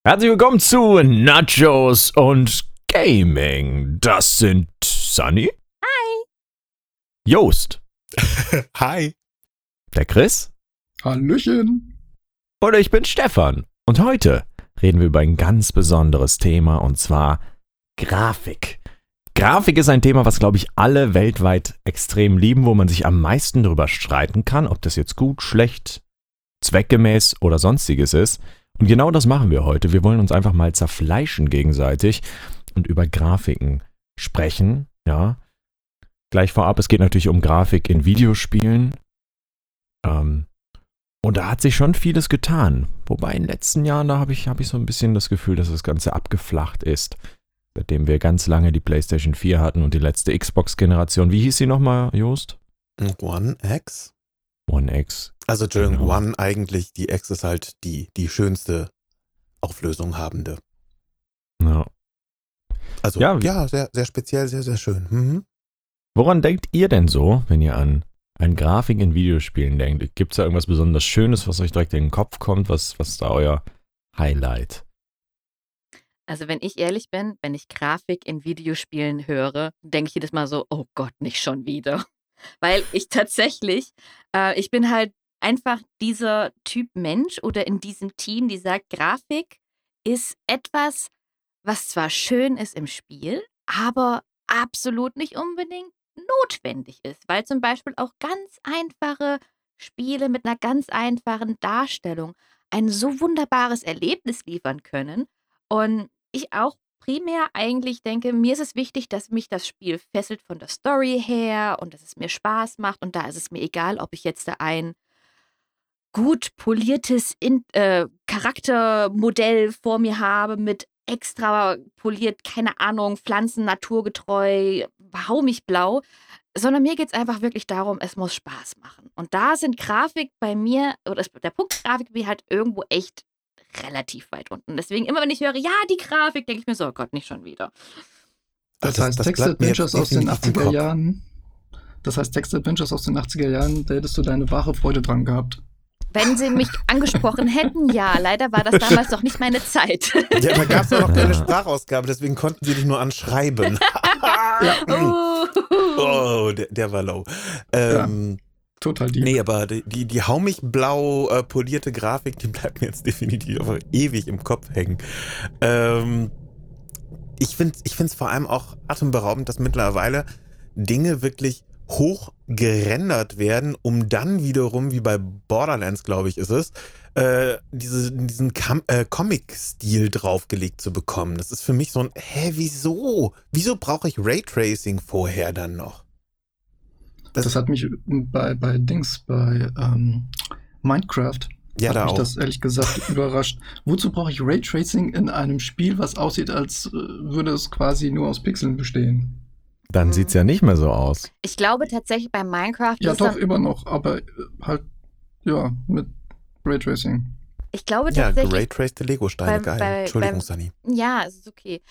Herzlich willkommen zu Nachos und Gaming. Das sind Sunny. Hi. Joost. Hi. Der Chris. Hallöchen. Und ich bin Stefan. Und heute reden wir über ein ganz besonderes Thema, und zwar Grafik. Grafik ist ein Thema, was, glaube ich, alle weltweit extrem lieben, wo man sich am meisten darüber streiten kann, ob das jetzt gut, schlecht, zweckgemäß oder sonstiges ist. Und genau das machen wir heute. Wir wollen uns einfach mal zerfleischen gegenseitig und über Grafiken sprechen. Ja. Gleich vorab, es geht natürlich um Grafik in Videospielen. Und da hat sich schon vieles getan. Wobei in den letzten Jahren, da habe ich so ein bisschen das Gefühl, dass das Ganze abgeflacht ist. Seitdem wir ganz lange die PlayStation 4 hatten und die letzte Xbox-Generation. Wie hieß sie nochmal, Joost? One X? One X. Also Entschuldigung, Genau. One eigentlich, die X ist halt die schönste Auflösung habende. Ja. Also Ja, ja, sehr, sehr speziell, sehr, sehr schön. Mhm. Woran denkt ihr denn so, wenn ihr an Grafik in Videospielen denkt? Gibt es da irgendwas besonders Schönes, was euch direkt in den Kopf kommt? Was ist da euer Highlight? Also wenn ich ehrlich bin, wenn ich Grafik in Videospielen höre, denke ich jedes Mal so, oh Gott, nicht schon wieder. Weil ich tatsächlich, ich bin halt einfach dieser Typ Mensch oder in diesem Team, die sagt, Grafik ist etwas, was zwar schön ist im Spiel, aber absolut nicht unbedingt notwendig ist. Weil zum Beispiel auch ganz einfache Spiele mit einer ganz einfachen Darstellung ein so wunderbares Erlebnis liefern können. Und ich auch primär eigentlich denke, mir ist es wichtig, dass mich das Spiel fesselt von der Story her und dass es mir Spaß macht. Und da ist es mir egal, ob ich jetzt da ein gut poliertes Charaktermodell vor mir habe mit extra poliert, keine Ahnung, Pflanzen, naturgetreu, hau mich blau, sondern mir geht es einfach wirklich darum, es muss Spaß machen. Und da sind Grafik bei mir, oder der Punkt Grafik bei mir halt irgendwo echt relativ weit unten. Deswegen immer, wenn ich höre, ja, die Grafik, denke ich mir so, oh Gott, nicht schon wieder. Das heißt, Text bleibt mir jetzt Adventures aus den definitiv im 80er Kopf. Jahren. Das heißt, Text Adventures aus den 80er Jahren, da hättest du deine wahre Freude dran gehabt. Wenn sie mich angesprochen hätten, ja, leider war das damals noch nicht meine Zeit. Ja, da gab es auch noch keine Sprachausgabe, deswegen konnten sie dich nur anschreiben. Oh, der war low. Total deep. Nee, aber die hau mich blau polierte Grafik, die bleibt mir jetzt definitiv einfach ewig im Kopf hängen. Ich find's vor allem auch atemberaubend, dass mittlerweile Dinge wirklich hoch gerendert werden, um dann wiederum, wie bei Borderlands, glaube ich, ist es, diesen Comic-Stil draufgelegt zu bekommen. Das ist für mich so ein, wieso? Wieso brauche ich Raytracing vorher dann noch? Das hat mich bei Minecraft Ja, hat da mich auch. das ehrlich gesagt überrascht. Wozu brauche ich Raytracing in einem Spiel, was aussieht, als würde es quasi nur aus Pixeln bestehen? Dann sieht es ja nicht mehr so aus. Ich glaube tatsächlich bei Minecraft Ja, ist doch, dann, immer noch, aber halt, ja, mit Raytracing. ich glaube Ja, tatsächlich, geraytraced Lego-Steine, geil. Entschuldigung, beim- Sunny. ja, es ist okay.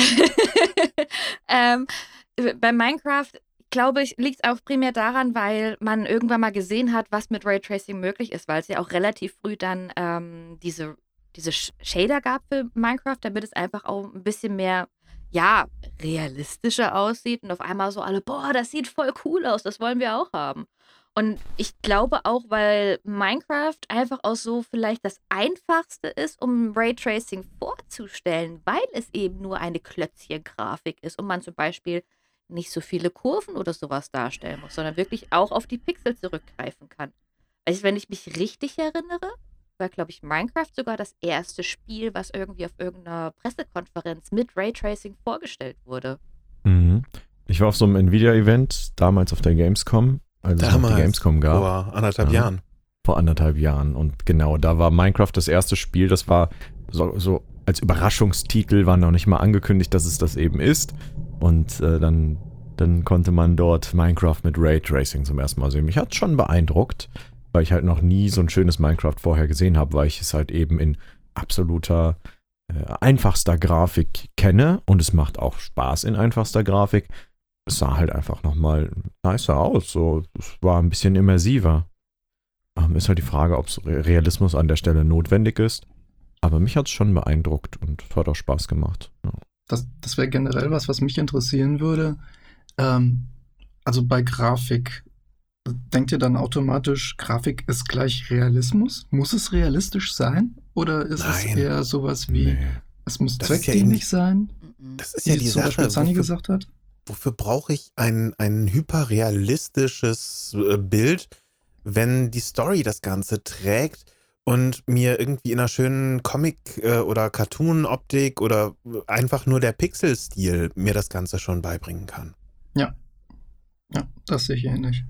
Bei Minecraft, glaube ich, liegt es auch primär daran, weil man irgendwann mal gesehen hat, was mit Raytracing möglich ist, weil es ja auch relativ früh dann diese Shader gab für Minecraft, damit es einfach auch ein bisschen mehr, ja, realistischer aussieht und auf einmal so alle, boah, das sieht voll cool aus, das wollen wir auch haben. Und ich glaube auch, weil Minecraft einfach auch so vielleicht das Einfachste ist, um Raytracing vorzustellen, weil es eben nur eine Klötzchen-Grafik ist und man zum Beispiel nicht so viele Kurven oder sowas darstellen muss, sondern wirklich auch auf die Pixel zurückgreifen kann. Also wenn ich mich richtig erinnere, war, glaube ich, Minecraft sogar das erste Spiel, was irgendwie auf irgendeiner Pressekonferenz mit Raytracing vorgestellt wurde. Mhm. Ich war auf so einem Nvidia-Event, damals auf der Gamescom, als es noch die Gamescom gab. Vor anderthalb Ja. Jahren. Vor 1,5 Jahren. Und genau, da war Minecraft das erste Spiel, das war so als Überraschungstitel, war noch nicht mal angekündigt, dass es das eben ist. Und dann konnte man dort Minecraft mit Raytracing zum ersten Mal sehen. Mich hat es schon beeindruckt, weil ich halt noch nie so ein schönes Minecraft vorher gesehen habe, weil ich es halt eben in absoluter einfachster Grafik kenne und es macht auch Spaß in einfachster Grafik. Es sah halt einfach nochmal nicer aus, so, es war ein bisschen immersiver. Ist halt die Frage, ob Realismus an der Stelle notwendig ist. Aber mich hat es schon beeindruckt und hat auch Spaß gemacht. Ja. Das wäre generell was mich interessieren würde. Also bei Grafik, denkt ihr dann automatisch, Grafik ist gleich Realismus? Muss es realistisch sein? Oder ist es Nein. eher sowas wie, Nee. es muss Das ist ja zweckdienlich sein? Das ist ja Wie die zum Beispiel Sache. Sunny gesagt hat? Wofür brauche ich ein hyperrealistisches Bild, wenn die Story das Ganze trägt und mir irgendwie in einer schönen Comic- oder Cartoon-Optik oder einfach nur der Pixel-Stil mir das Ganze schon beibringen kann? Ja, das sehe ich ähnlich.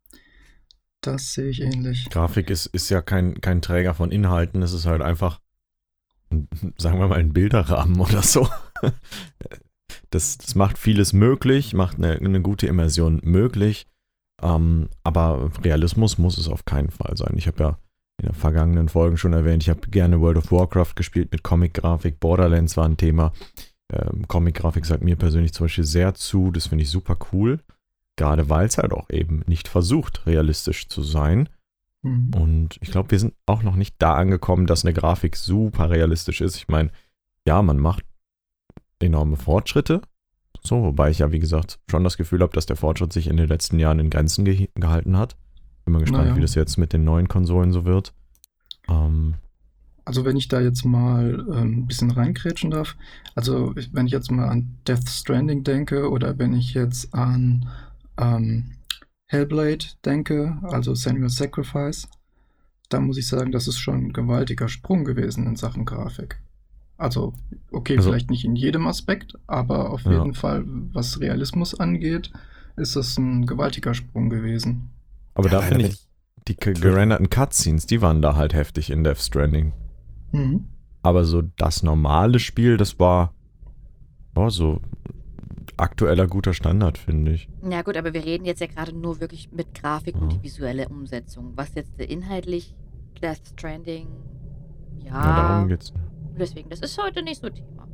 Grafik ist ja kein Träger von Inhalten, es ist halt einfach, sagen wir mal, ein Bilderrahmen oder so. Das macht vieles möglich, macht eine gute Immersion möglich, aber Realismus muss es auf keinen Fall sein. Ich habe ja in den vergangenen Folgen schon erwähnt, ich habe gerne World of Warcraft gespielt mit Comic-Grafik, Borderlands war ein Thema. Comic-Grafik sagt mir persönlich zum Beispiel sehr zu, das finde ich super cool, gerade weil es halt auch eben nicht versucht, realistisch zu sein. Mhm. Und ich glaube, wir sind auch noch nicht da angekommen, dass eine Grafik super realistisch ist. Ich meine, ja, man macht enorme Fortschritte. So, wobei ich ja, wie gesagt, schon das Gefühl habe, dass der Fortschritt sich in den letzten Jahren in Grenzen gehalten hat. Bin mal gespannt, Naja. wie das jetzt mit den neuen Konsolen so wird. Also wenn ich da jetzt mal ein bisschen reinkrätschen darf, also wenn ich jetzt mal an Death Stranding denke oder wenn ich jetzt an Hellblade denke, also Senua's Sacrifice, da muss ich sagen, das ist schon ein gewaltiger Sprung gewesen in Sachen Grafik. Also, okay, Also- vielleicht nicht in jedem Aspekt, aber auf Ja. jeden Fall, was Realismus angeht, ist das ein gewaltiger Sprung gewesen. Aber da Alleine, finde wenn ich, die gerenderten Cutscenes, die waren da halt heftig in Death Stranding. Mhm. Aber so das normale Spiel, das war so aktueller guter Standard, finde ich. Ja gut, aber wir reden jetzt ja gerade nur wirklich mit Grafik und Ja. die visuelle Umsetzung. Was jetzt inhaltlich Death Stranding, Ja, darum geht's. deswegen, das ist heute nicht so Thema.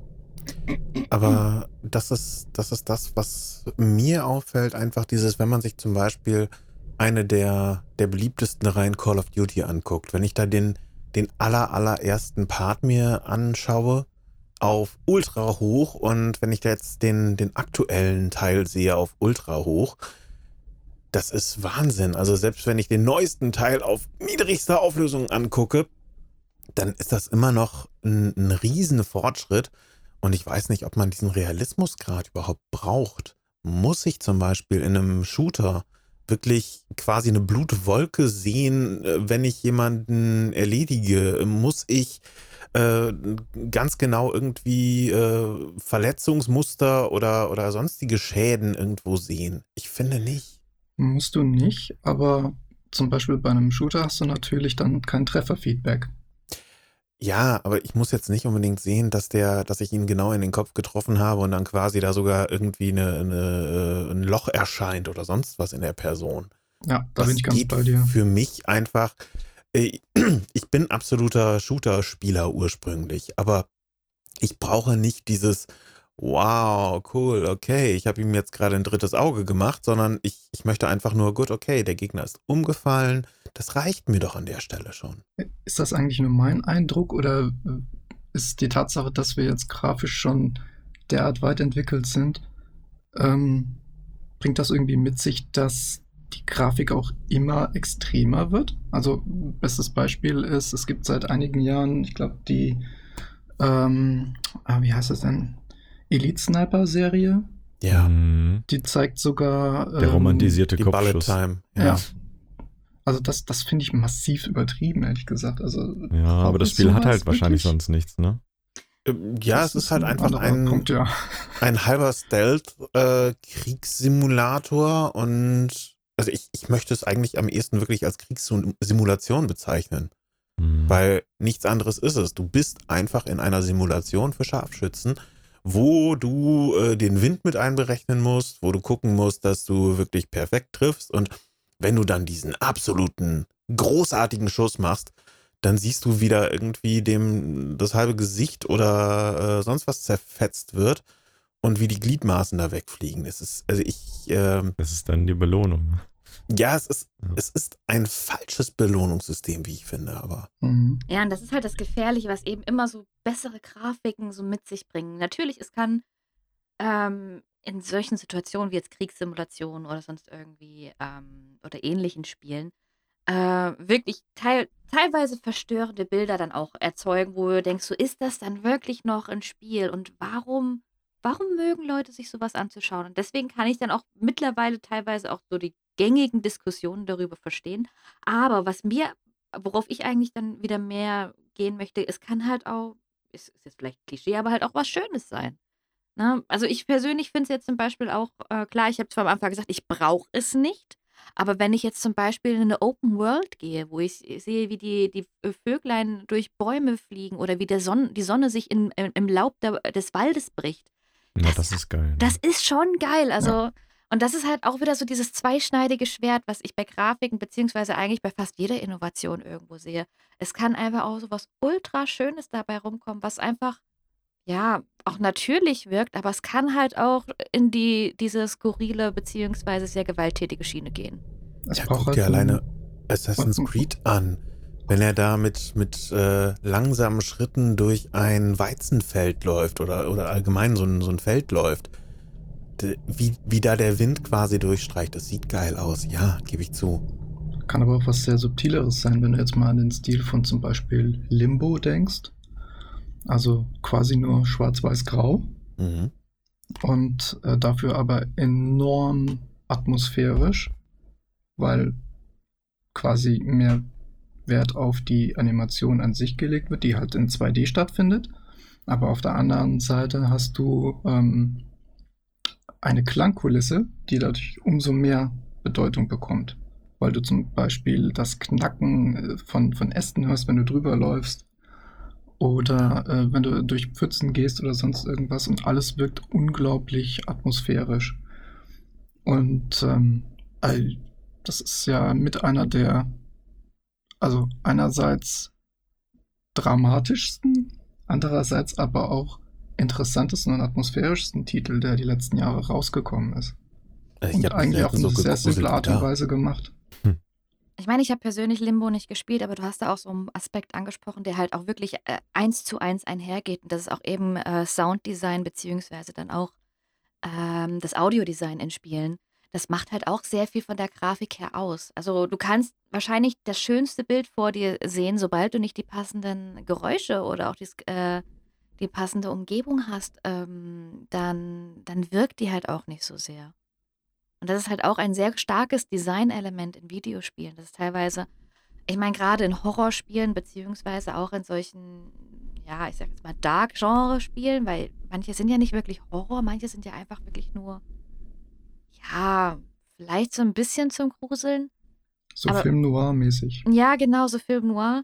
Aber das ist das, was mir auffällt, einfach dieses, wenn man sich zum Beispiel eine der beliebtesten Reihen Call of Duty anguckt, wenn ich da den allerersten Part mir anschaue, auf Ultra hoch, und wenn ich da jetzt den aktuellen Teil sehe auf Ultra hoch, das ist Wahnsinn. Also selbst wenn ich den neuesten Teil auf niedrigster Auflösung angucke, dann ist das immer noch ein riesen Fortschritt. Und ich weiß nicht, ob man diesen Realismusgrad überhaupt braucht. Muss ich zum Beispiel in einem Shooter wirklich quasi eine Blutwolke sehen, wenn ich jemanden erledige? Muss ich ganz genau irgendwie Verletzungsmuster oder sonstige Schäden irgendwo sehen? Ich finde nicht. Musst du nicht, aber zum Beispiel bei einem Shooter hast du natürlich dann kein Trefferfeedback. Ja, aber ich muss jetzt nicht unbedingt sehen, dass ich ihn genau in den Kopf getroffen habe und dann quasi da sogar irgendwie ein Loch erscheint oder sonst was in der Person. Ja, da Das bin ich ganz geht bei dir. für mich einfach. Ich bin absoluter Shooter-Spieler ursprünglich, aber ich brauche nicht dieses wow, cool, okay, ich habe ihm jetzt gerade ein drittes Auge gemacht, sondern ich möchte einfach nur, gut, okay, der Gegner ist umgefallen. Das reicht mir doch an der Stelle schon. Ist das eigentlich nur mein Eindruck oder ist die Tatsache, dass wir jetzt grafisch schon derart weit entwickelt sind, bringt das irgendwie mit sich, dass die Grafik auch immer extremer wird? Also, bestes Beispiel ist, es gibt seit einigen Jahren, ich glaube, die, wie heißt das denn? Elite-Sniper-Serie. Ja, Mhm. Die zeigt sogar Der romantisierte die Bullet Kopfschuss. Time. Ja. Also das finde ich massiv übertrieben, ehrlich gesagt. Also Ja, aber braucht das es Spiel hat sowas halt wahrscheinlich wirklich? sonst nichts, ne? Ja, Das es ist halt ein einfach anderer Punkt, ja. ein halber Stealth-Kriegssimulator, und also ich möchte es eigentlich am ehesten wirklich als Kriegssimulation bezeichnen, Mhm. weil nichts anderes ist es. Du bist einfach in einer Simulation für Scharfschützen, wo du den Wind mit einberechnen musst, wo du gucken musst, dass du wirklich perfekt triffst, und wenn du dann diesen absoluten großartigen Schuss machst, dann siehst du wieder irgendwie dem das halbe Gesicht oder sonst was zerfetzt wird und wie die Gliedmaßen da wegfliegen. Es ist, also Das ist dann die Belohnung. Ja, es ist ein falsches Belohnungssystem, wie ich finde, aber. Ja, und das ist halt das Gefährliche, was eben immer so bessere Grafiken so mit sich bringen. Natürlich, es kann in solchen Situationen wie jetzt Kriegssimulationen oder sonst irgendwie oder ähnlichen Spielen wirklich teilweise verstörende Bilder dann auch erzeugen, wo du denkst, so ist das dann wirklich noch ein Spiel und warum mögen Leute sich sowas anzuschauen? Und deswegen kann ich dann auch mittlerweile teilweise auch so die gängigen Diskussionen darüber verstehen. Aber worauf ich eigentlich dann wieder mehr gehen möchte, es kann halt auch, ist jetzt vielleicht Klischee, aber halt auch was Schönes sein. Ne? Also ich persönlich finde es jetzt zum Beispiel auch, klar, ich habe zwar am Anfang gesagt, ich brauche es nicht, aber wenn ich jetzt zum Beispiel in eine Open World gehe, wo ich sehe, wie die Vöglein durch Bäume fliegen oder wie die Sonne sich im Laub des Waldes bricht, Ja, das ist geil. das ist schon geil. Also, und das ist halt auch wieder so dieses zweischneidige Schwert, was ich bei Grafiken beziehungsweise eigentlich bei fast jeder Innovation irgendwo sehe. Es kann einfach auch so was ultra Schönes dabei rumkommen, was einfach, ja, auch natürlich wirkt, aber es kann halt auch in diese skurrile beziehungsweise sehr gewalttätige Schiene gehen. Es Ja, braucht guck halt dir so alleine Assassin's Creed an. Wenn er da mit langsamen Schritten durch ein Weizenfeld läuft oder allgemein so ein Feld läuft, wie da der Wind quasi durchstreicht, das sieht geil aus. Ja, gebe ich zu. kann aber auch was sehr Subtileres sein, wenn du jetzt mal an den Stil von zum Beispiel Limbo denkst. Also quasi nur schwarz-weiß-grau Mhm. und dafür aber enorm atmosphärisch, weil quasi mehr Wert auf die Animation an sich gelegt wird, die halt in 2D stattfindet. Aber auf der anderen Seite hast du eine Klangkulisse, die dadurch umso mehr Bedeutung bekommt. Weil du zum Beispiel das Knacken von Ästen hörst, wenn du drüber läufst. Oder wenn du durch Pfützen gehst oder sonst irgendwas und alles wirkt unglaublich atmosphärisch. Und das ist ja mit einer der, also einerseits dramatischsten, andererseits aber auch interessantesten und atmosphärischsten Titel, der die letzten Jahre rausgekommen ist. Ich Und hab mich eigentlich auch selten in so sehr gegruselt simpler wie Art und da. Weise gemacht. Ich meine, ich habe persönlich Limbo nicht gespielt, aber du hast da auch so einen Aspekt angesprochen, der halt auch wirklich 1:1 einhergeht. Und das ist auch eben Sounddesign beziehungsweise dann auch das Audiodesign in Spielen. Das macht halt auch sehr viel von der Grafik her aus. Also du kannst wahrscheinlich das schönste Bild vor dir sehen, sobald du nicht die passenden Geräusche oder auch die passende Umgebung hast, dann wirkt die halt auch nicht so sehr. Und das ist halt auch ein sehr starkes Designelement in Videospielen. Das ist teilweise, ich meine, gerade in Horrorspielen, beziehungsweise auch in solchen, ja, ich sag jetzt mal Dark-Genre-Spielen, weil manche sind ja nicht wirklich Horror, manche sind ja einfach wirklich nur, ja, vielleicht so ein bisschen zum Gruseln. So Aber- Film Noir-mäßig. Ja, genau, so Film Noir.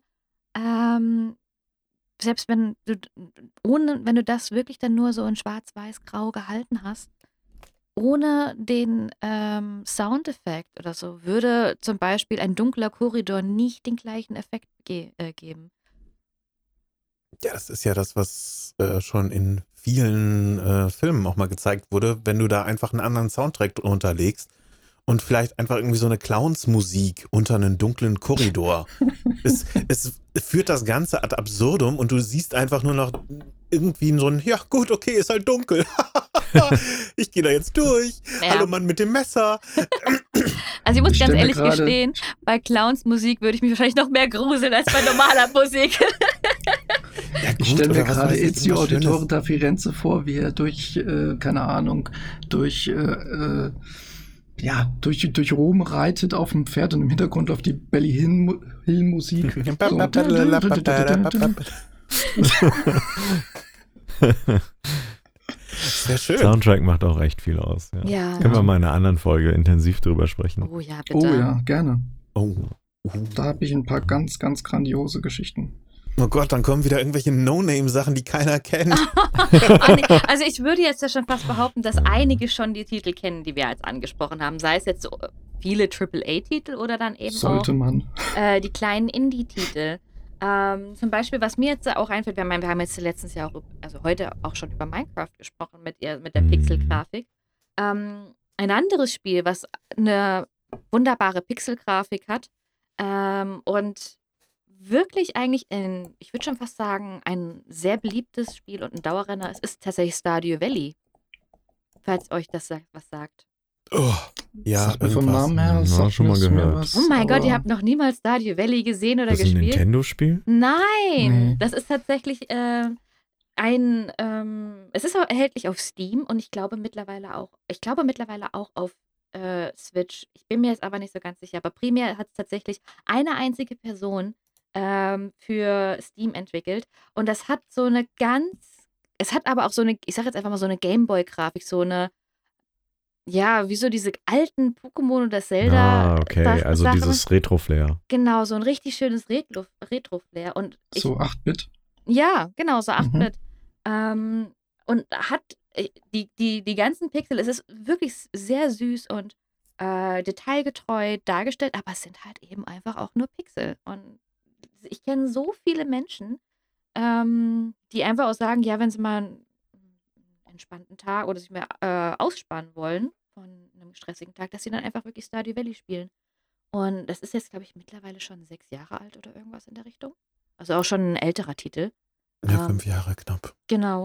Selbst wenn du das wirklich dann nur so in schwarz-weiß-grau gehalten hast, ohne den Soundeffekt oder so, würde zum Beispiel ein dunkler Korridor nicht den gleichen Effekt geben. Ja, das ist ja das, was schon in vielen Filmen auch mal gezeigt wurde, wenn du da einfach einen anderen Soundtrack unterlegst und vielleicht einfach irgendwie so eine Clowns-Musik unter einen dunklen Korridor. es führt das Ganze ad absurdum und du siehst einfach nur noch irgendwie so ein, ja gut, okay, ist halt dunkel. Ich gehe da jetzt durch. Ja. Hallo Mann mit dem Messer. Also ich muss Ich ganz stell mir ehrlich gerade- gestehen, bei Clowns Musik würde ich mich wahrscheinlich noch mehr gruseln als bei normaler Musik. Ja, Ich stelle mir oder was gerade weiß ich, Ezio irgendwas Schönes. Auditore da Firenze vor, wie er durch, keine Ahnung, durch Rom reitet auf dem Pferd und im Hintergrund läuft die Belly Hill Musik. Sehr schön. Soundtrack macht auch echt viel aus. Ja. Ja. Können wir mal in einer anderen Folge intensiv drüber sprechen. Oh ja, bitte. Oh ja, gerne. Oh. Da habe ich ein paar ganz, ganz grandiose Geschichten. Oh Gott, dann kommen wieder irgendwelche No-Name-Sachen, die keiner kennt. Ah, nee. Also ich würde jetzt ja schon fast behaupten, dass einige schon die Titel kennen, die wir jetzt angesprochen haben. Sei es jetzt so viele AAA-Titel oder dann eben Sollte man. auch die kleinen Indie-Titel. Zum Beispiel, was mir jetzt auch einfällt, wir haben jetzt letztens ja auch, also heute auch schon über Minecraft gesprochen mit der Pixel-Grafik. Ein anderes Spiel, was eine wunderbare Pixelgrafik hat und wirklich eigentlich ich würde schon fast sagen, ein sehr beliebtes Spiel und ein Dauerrenner. Es ist tatsächlich Stardew Valley, falls euch das was sagt. Oh, ja, Sagt mir vom irgendwas. Namen her, Ja, sagt schon mal mir gehört. was, Oh mein Gott, aber ihr habt noch niemals Stardew Valley gesehen oder Das ist ein gespielt? Nintendo-Spiel? Nein, Nee. das ist tatsächlich es ist auch erhältlich auf Steam und ich glaube mittlerweile auch auf Switch. Ich bin mir jetzt aber nicht so ganz sicher, aber primär hat es tatsächlich eine einzige Person für Steam entwickelt und das hat es hat aber auch so eine, ich sag jetzt einfach mal so eine Gameboy-Grafik, so eine, ja, wie so diese alten Pokémon oder Zelda. Okay, also Sachen. dieses Retro-Flair. Genau, so ein richtig schönes Retro-Flair. Und so 8-Bit. ja, genau, so 8-Bit. Mhm. Und hat die ganzen Pixel, es ist wirklich sehr süß und detailgetreu dargestellt, aber es sind halt eben einfach auch nur Pixel. Und ich kenne so viele Menschen, die einfach auch sagen, ja, wenn sie mal einen entspannten Tag oder sich mehr ausspannen wollen von einem stressigen Tag, dass sie dann einfach wirklich Stardew Valley spielen. Und das ist jetzt, glaube ich, mittlerweile schon 6 Jahre alt oder irgendwas in der Richtung. Also auch schon ein älterer Titel. Ja, 5 Jahre knapp. Genau.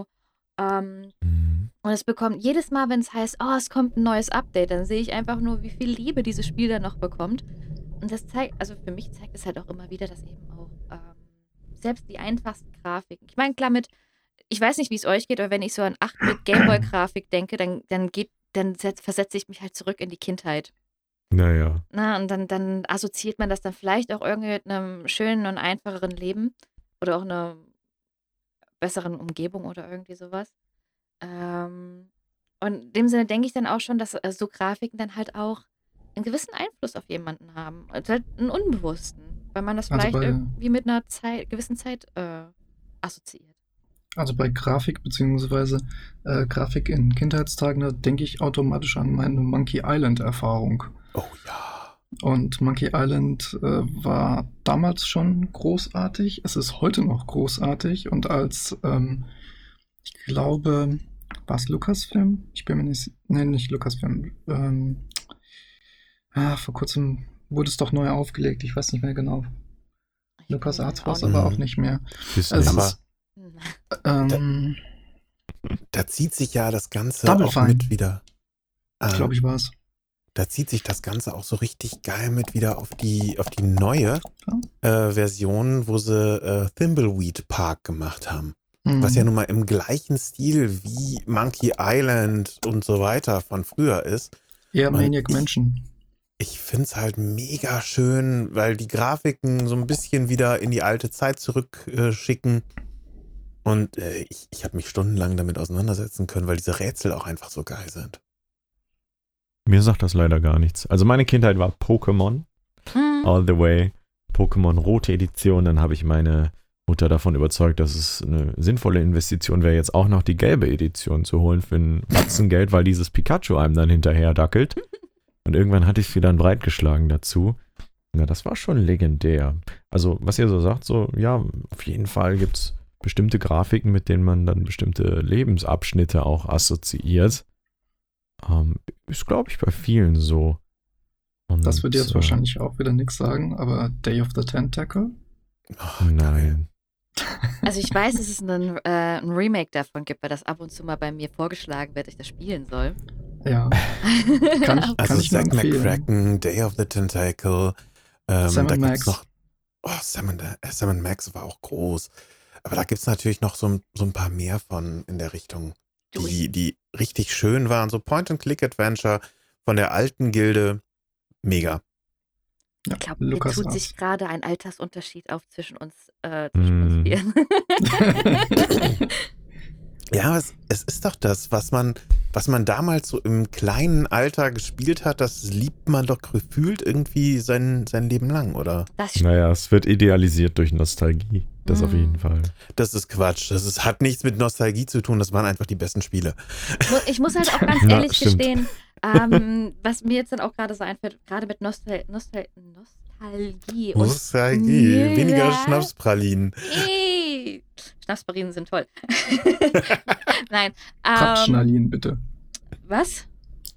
Und es bekommt jedes Mal, wenn es heißt, oh, es kommt ein neues Update, dann sehe ich einfach nur, wie viel Liebe dieses Spiel dann noch bekommt. Und das zeigt, also für mich zeigt es halt auch immer wieder, dass eben auch selbst die einfachsten Grafiken, ich meine, klar ich weiß nicht, wie es euch geht, aber wenn ich so an 8-Bit Gameboy-Grafik denke, dann versetze ich mich halt zurück in die Kindheit. Naja. Na, und dann assoziiert man das dann vielleicht auch irgendwie mit einem schönen und einfacheren Leben oder auch einer besseren Umgebung oder irgendwie sowas. Und in dem Sinne denke ich dann auch schon, dass so Grafiken dann halt auch einen gewissen Einfluss auf jemanden haben. Also halt einen unbewussten, weil man das Also vielleicht bei- irgendwie mit einer gewissen Zeit assoziiert. Also bei Grafik beziehungsweise Grafik in Kindheitstagen, da denke ich automatisch an meine Monkey Island-Erfahrung. Oh ja. Und Monkey Island war damals schon großartig. Es ist heute noch großartig. Und als, ich glaube, war es Lucasfilm? Ich bin mir nicht, nee, nicht Lucasfilm. Vor kurzem wurde es doch neu aufgelegt. Ich weiß nicht mehr genau. Ich bin LucasArts mir war es auch aber nicht- auch nicht mehr. Disney. Also, Aber nicht- da zieht sich ja das Ganze Double auch Fine. mit wieder. glaube ich, war es. Da zieht sich das Ganze auch so richtig geil mit wieder auf die neue Version, wo sie Thimbleweed Park gemacht haben. Was ja nun mal im gleichen Stil wie Monkey Island und so weiter von früher ist. Eher Und Maniac Mansion. Ich finde es halt mega schön, weil die Grafiken so ein bisschen wieder in die alte Zeit zurückschicken. Und ich habe mich stundenlang damit auseinandersetzen können, weil diese Rätsel auch einfach so geil sind. Mir sagt das leider gar nichts. Also meine Kindheit war Pokémon, all the way. Pokémon rote Edition. Dann habe ich meine Mutter davon überzeugt, dass es eine sinnvolle Investition wäre, jetzt auch noch die gelbe Edition zu holen für ein Batzen Geld, weil dieses Pikachu einem dann hinterher dackelt. Und irgendwann hatte ich sie dann breitgeschlagen dazu. Ja, das war schon legendär. Also, was ihr so sagt, so, ja, auf jeden Fall gibt es bestimmte Grafiken, mit denen man dann bestimmte Lebensabschnitte auch assoziiert. Ist, glaube ich, bei vielen so. Und, Das wird jetzt wahrscheinlich auch wieder nichts sagen, aber Day of the Tentacle? Oh, Nein. Also ich weiß, dass es ein Remake davon gibt, weil das ab und zu mal bei mir vorgeschlagen wird, dass ich das spielen soll. Ja. Kann ich, Also kann ich nur Zack empfehlen. McCracken, Day of the Tentacle. Sam da and gibt's Max. noch. Oh, Sam and Max war auch groß. Aber da gibt es natürlich noch so ein paar mehr von in der Richtung, die richtig schön waren. So Point-and-Click-Adventure von der alten Gilde. Mega. Ja, Ich glaube, mir Lucas tut Arts. sich gerade ein Altersunterschied auf zwischen uns Mhm. vieren. Ja, es ist doch das, was man damals so im kleinen Alter gespielt hat, das liebt man doch gefühlt irgendwie sein Leben lang, oder? Das stimmt. Naja, es wird idealisiert durch Nostalgie. Das auf jeden Fall. Das ist Quatsch. Hat nichts mit Nostalgie zu tun, das waren einfach die besten Spiele. Ich muss halt auch ganz Ja, ehrlich stimmt. gestehen, was mir jetzt dann auch gerade so einfällt, gerade mit Nostalgie. und- Nostalgie, Ja. weniger Schnapspralinen. Schnapspralinen sind toll. Nein. Pappschnallin, bitte. Was?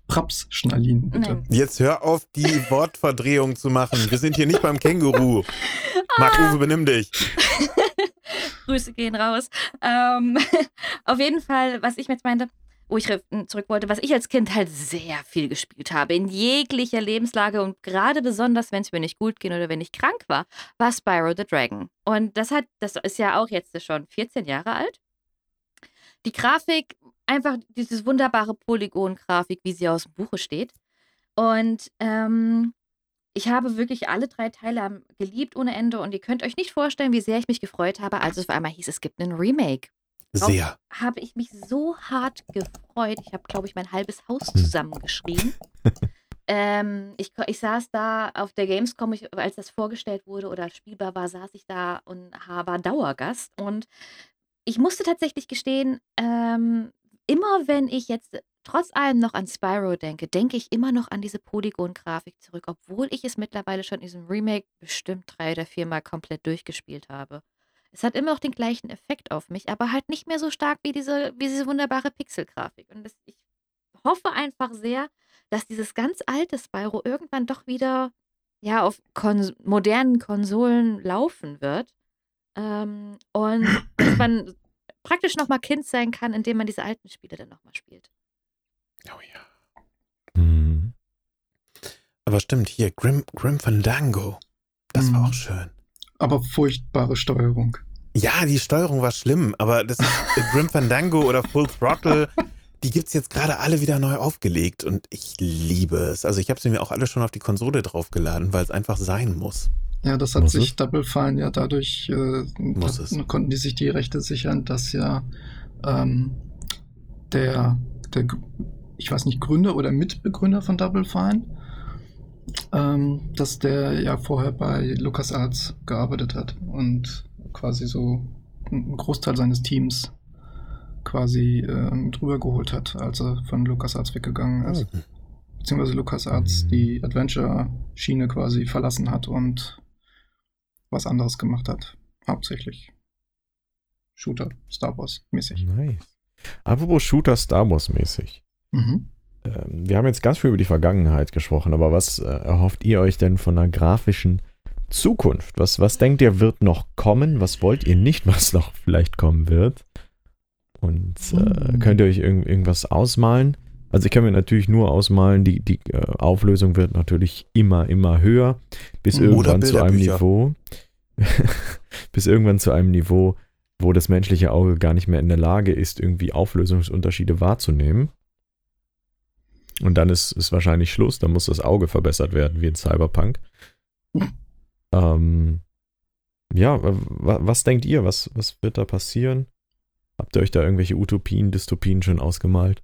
Praps Schnallin, bitte. Nein. Jetzt hör auf, die Wortverdrehung zu machen. Wir sind hier nicht beim Känguru. Marc-Uwe, benimm dich. Grüße gehen raus. Auf jeden Fall, was ich jetzt meinte, wo ich zurück wollte, was ich als Kind halt sehr viel gespielt habe, in jeglicher Lebenslage und gerade besonders, wenn es mir nicht gut ging oder wenn ich krank war Spyro the Dragon. Und das ist ja auch jetzt schon 14 Jahre alt. Die Grafik, einfach dieses wunderbare Polygon-Grafik, wie sie aus dem Buche steht. Und ich habe wirklich alle 3 Teile geliebt ohne Ende und ihr könnt euch nicht vorstellen, wie sehr ich mich gefreut habe, als es auf einmal hieß, es gibt einen Remake. Sehr. Habe ich mich so hart gefreut. Ich habe, glaube ich, mein halbes Haus zusammengeschrien. Ich saß da auf der Gamescom, als das vorgestellt wurde oder spielbar war, saß ich da und war Dauergast. Und ich musste tatsächlich gestehen, immer wenn ich jetzt trotz allem noch an Spyro denke, denke ich immer noch an diese Polygon-Grafik zurück, obwohl ich es mittlerweile schon in diesem Remake bestimmt 3 oder 4 Mal komplett durchgespielt habe. Es hat immer noch den gleichen Effekt auf mich, aber halt nicht mehr so stark wie diese wunderbare Pixel-Grafik. Und ich hoffe einfach sehr, dass dieses ganz alte Spyro irgendwann doch wieder auf modernen Konsolen laufen wird. Und dass man praktisch nochmal Kind sein kann, indem man diese alten Spiele dann nochmal spielt. Oh ja. Mhm. Aber stimmt, hier, Grim Fandango. Das war auch schön. Aber furchtbare Steuerung. Ja, die Steuerung war schlimm, aber das ist Grim Fandango oder Full Throttle, die gibt's jetzt gerade alle wieder neu aufgelegt und ich liebe es. Also ich habe sie mir auch alle schon auf die Konsole draufgeladen, weil es einfach sein muss. Ja, das hat Muss sich es? Double Fine ja dadurch, konnten die sich die Rechte sichern, dass ja der ich weiß nicht, Gründer oder Mitbegründer von Double Fine, dass der ja vorher bei LucasArts gearbeitet hat und quasi so einen Großteil seines Teams quasi drüber geholt hat, als er von LucasArts weggegangen ist. Beziehungsweise LucasArts die Adventure-Schiene quasi verlassen hat und was anderes gemacht hat. Hauptsächlich Shooter, Star Wars mäßig. Nice. Apropos Shooter Star Wars mäßig. Mhm. Wir haben jetzt ganz viel über die Vergangenheit gesprochen, aber was erhofft ihr euch denn von einer grafischen Zukunft? Was denkt ihr, wird noch kommen? Was wollt ihr nicht, was noch vielleicht kommen wird? Und könnt ihr euch irgendwas ausmalen? Also ich kann mir natürlich nur ausmalen, die Auflösung wird natürlich immer höher, bis irgendwann zu einem Niveau, bis irgendwann zu einem Niveau, wo das menschliche Auge gar nicht mehr in der Lage ist, irgendwie Auflösungsunterschiede wahrzunehmen. Und dann ist wahrscheinlich Schluss, dann muss das Auge verbessert werden, wie in Cyberpunk. Was denkt ihr? Was wird da passieren? Habt ihr euch da irgendwelche Utopien, Dystopien schon ausgemalt?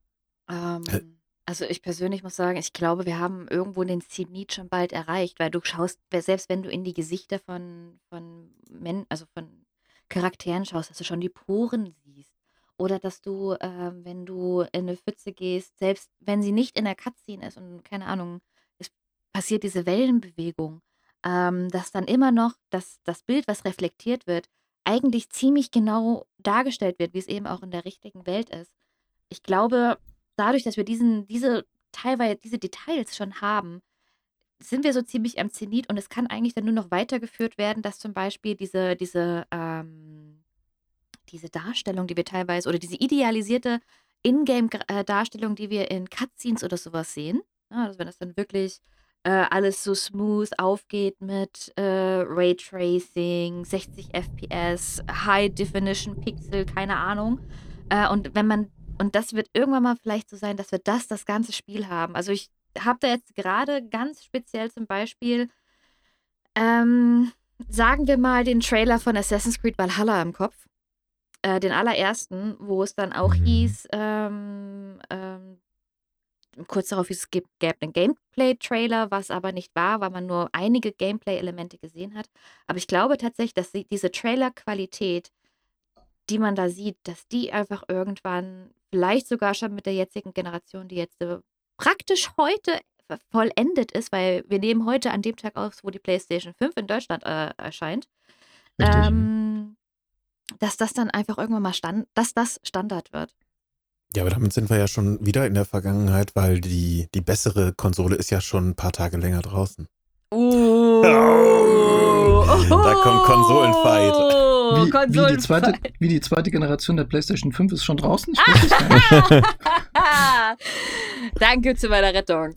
Also ich persönlich muss sagen, ich glaube, wir haben irgendwo den Zenit schon bald erreicht, weil du schaust, selbst wenn du in die Gesichter von Charakteren schaust, dass du schon die Poren siehst. Oder dass du, wenn du in eine Pfütze gehst, selbst wenn sie nicht in der Cutscene ist und keine Ahnung, es passiert diese Wellenbewegung, dass dann immer noch das Bild, was reflektiert wird, eigentlich ziemlich genau dargestellt wird, wie es eben auch in der richtigen Welt ist. Ich glaube, dadurch, dass wir diese Details schon haben, sind wir so ziemlich am Zenit und es kann eigentlich dann nur noch weitergeführt werden, dass zum Beispiel diese Darstellung, die wir teilweise, oder diese idealisierte Ingame-Darstellung, die wir in Cutscenes oder sowas sehen, ja, also wenn das dann wirklich alles so smooth aufgeht mit Raytracing, 60 FPS, High Definition Pixel, keine Ahnung. Und das wird irgendwann mal vielleicht so sein, dass wir das ganze Spiel haben. Also ich habe da jetzt gerade ganz speziell zum Beispiel, sagen wir mal, den Trailer von Assassin's Creed Valhalla im Kopf. Den allerersten, wo es dann auch hieß, kurz darauf hieß, es gäbe einen Gameplay-Trailer, was aber nicht war, weil man nur einige Gameplay-Elemente gesehen hat. Aber ich glaube tatsächlich, dass diese Trailer-Qualität, die man da sieht, dass die einfach irgendwann, vielleicht sogar schon mit der jetzigen Generation, die jetzt praktisch heute vollendet ist, weil wir nehmen heute an dem Tag auf, wo die PlayStation 5 in Deutschland erscheint, dass das dann einfach irgendwann mal Standard wird. Ja, aber damit sind wir ja schon wieder in der Vergangenheit, weil die bessere Konsole ist ja schon ein paar Tage länger draußen. Da kommt Konsolenfight. Wie die zweite Generation der PlayStation 5 ist schon draußen? Ich weiß es gar nicht. Danke zu meiner Rettung.